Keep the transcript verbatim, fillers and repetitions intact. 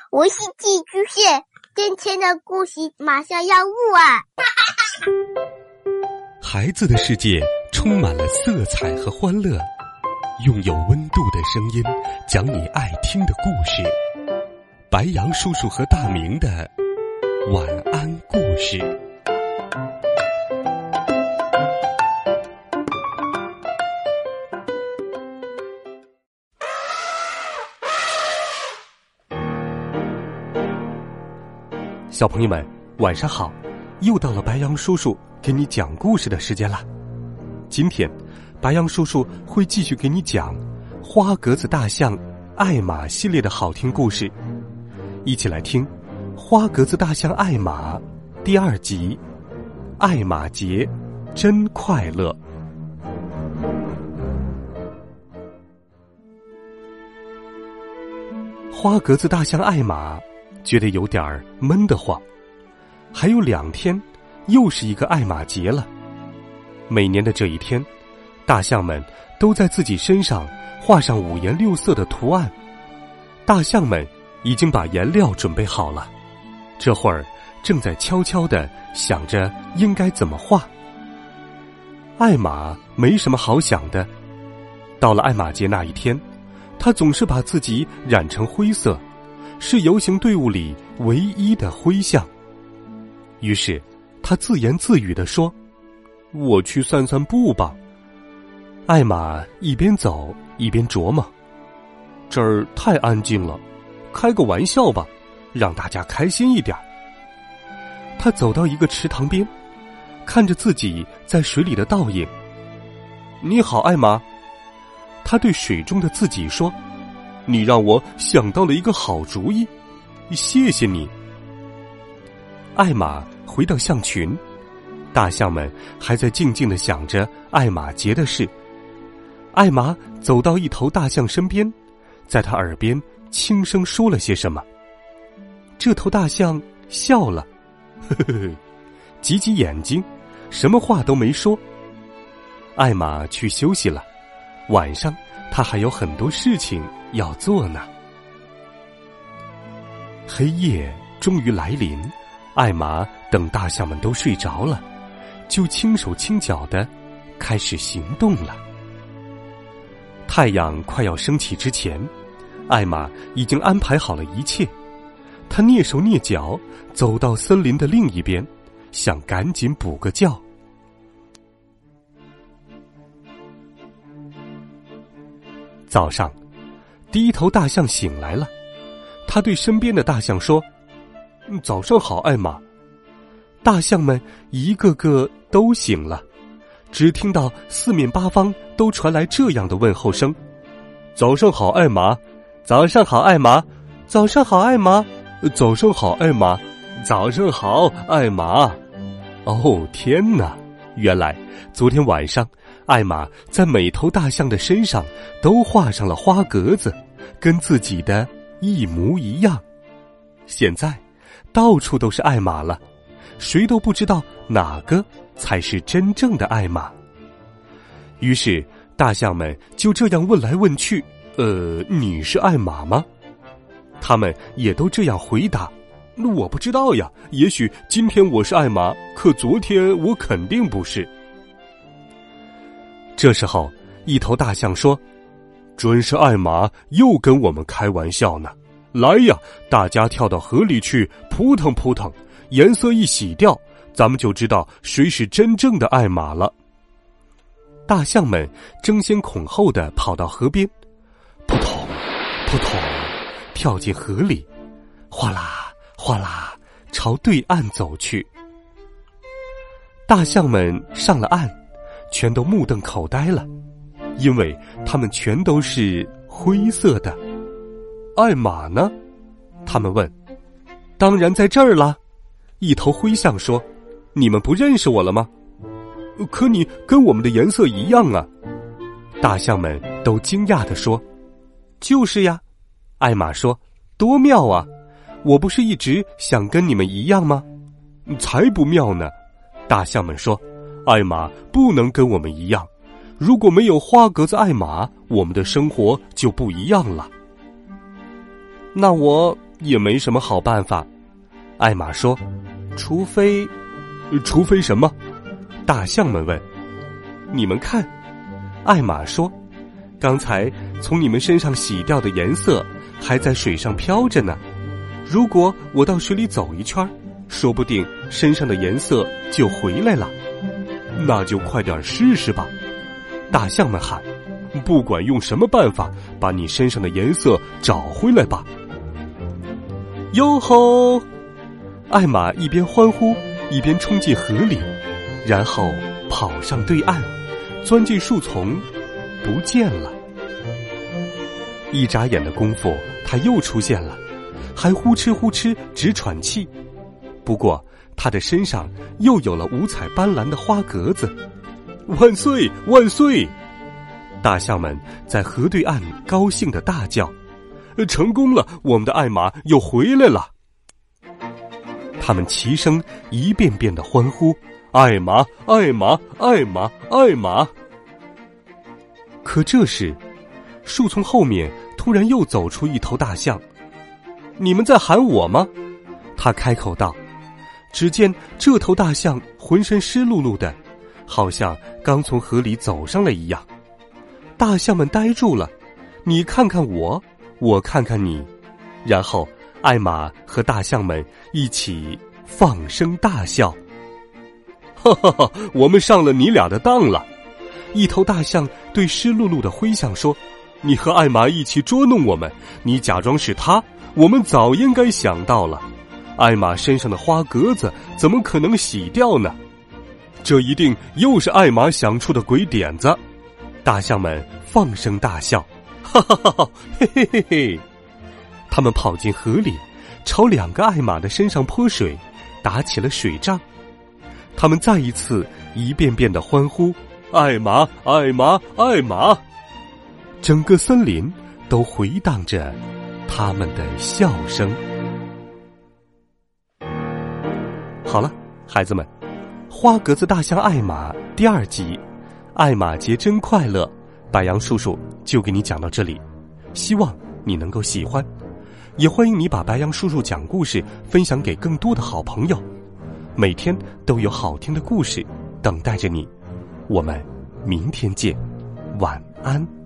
我是寄居蟹，今天的故事马上要录啊！ 孩子的世界充满了色彩和欢乐，用有温度的声音讲你爱听的故事。白杨叔叔和大明的晚安故事。小朋友们，晚上好！又到了白杨叔叔给你讲故事的时间了。今天，白杨叔叔会继续给你讲花格子大象艾玛系列的好听故事，一起来听《花格子大象艾玛》第二集《艾玛节真快乐》。花格子大象艾玛觉得有点闷得慌，还有两天又是一个艾玛节了。每年的这一天，大象们都在自己身上画上五颜六色的图案。大象们已经把颜料准备好了，这会儿正在悄悄地想着应该怎么画。艾玛没什么好想的，到了艾玛节那一天，她总是把自己染成灰色，是游行队伍里唯一的灰象。于是他自言自语地说，我去散散步吧。艾玛一边走一边琢磨，这儿太安静了，开个玩笑吧，让大家开心一点。他走到一个池塘边，看着自己在水里的倒影。你好，艾玛。他对水中的自己说，你让我想到了一个好主意，谢谢你。艾玛回到象群，大象们还在静静地想着艾玛节的事。艾玛走到一头大象身边，在他耳边轻声说了些什么。这头大象笑了，呵呵呵，挤挤眼睛，什么话都没说。艾玛去休息了，晚上他还有很多事情要做呢。黑夜终于来临，艾玛等大象们都睡着了，就轻手轻脚地开始行动了。太阳快要升起之前，艾玛已经安排好了一切。她蹑手蹑脚走到森林的另一边，想赶紧补个觉。早上，第一头大象醒来了，他对身边的大象说，早上好，艾玛。大象们一个个都醒了，只听到四面八方都传来这样的问候声，早上好，艾玛。早上好，艾玛。早上好，艾玛。早上好，艾玛。早上好，艾玛。哦，天哪，原来昨天晚上艾玛在每头大象的身上都画上了花格子，跟自己的一模一样。现在到处都是艾玛了，谁都不知道哪个才是真正的艾玛。于是大象们就这样问来问去，呃，你是艾玛吗？他们也都这样回答，我不知道呀，也许今天我是艾玛，可昨天我肯定不是。这时候一头大象说，准是艾玛又跟我们开玩笑呢。来呀，大家跳到河里去，扑腾扑腾，颜色一洗掉，咱们就知道谁是真正的艾玛了。大象们争先恐后地跑到河边，扑通扑通跳进河里，哗啦哗啦朝对岸走去。大象们上了岸，全都目瞪口呆了，因为它们全都是灰色的。艾玛呢？他们问。当然在这儿啦，一头灰象说，你们不认识我了吗？可你跟我们的颜色一样啊。大象们都惊讶地说，就是呀。艾玛说，多妙啊，我不是一直想跟你们一样吗？才不妙呢。大象们说，艾玛不能跟我们一样，如果没有花格子艾玛，我们的生活就不一样了。那我也没什么好办法。艾玛说，除非……除非什么？大象们问。你们看，艾玛说，刚才从你们身上洗掉的颜色还在水上飘着呢。如果我到水里走一圈，说不定身上的颜色就回来了。那就快点试试吧。大象们喊，不管用什么办法，把你身上的颜色找回来吧。哟吼！艾玛一边欢呼，一边冲进河里，然后跑上对岸，钻进树丛，不见了。一眨眼的功夫，他又出现了，还呼哧呼哧直喘气。不过他的身上又有了五彩斑斓的花格子。万岁万岁！大象们在河对岸高兴地大叫，成功了，我们的艾玛又回来了。他们齐声一遍遍地欢呼，艾玛艾玛艾玛艾玛。可这时树丛后面突然又走出一头大象。你们在喊我吗？他开口道。只见这头大象浑身湿漉漉的，好像刚从河里走上来一样。大象们呆住了，你看看我，我看看你，然后艾玛和大象们一起放声大笑。哈哈哈，我们上了你俩的当了。一头大象对湿漉漉的灰象说，你和艾玛一起捉弄我们，你假装是他，我们早应该想到了。艾玛身上的花格子怎么可能洗掉呢？这一定又是艾玛想出的鬼点子。大象们放声大笑，哈哈哈哈，嘿嘿嘿嘿。他们跑进河里，朝两个艾玛的身上泼水，打起了水仗。他们再一次一遍遍地欢呼，艾玛艾玛艾玛。整个森林都回荡着他们的笑声。好了，孩子们，花格子大象艾玛第二集，艾玛节真快乐，白杨叔叔就给你讲到这里，希望你能够喜欢，也欢迎你把白杨叔叔讲故事分享给更多的好朋友，每天都有好听的故事等待着你。我们明天见，晚安。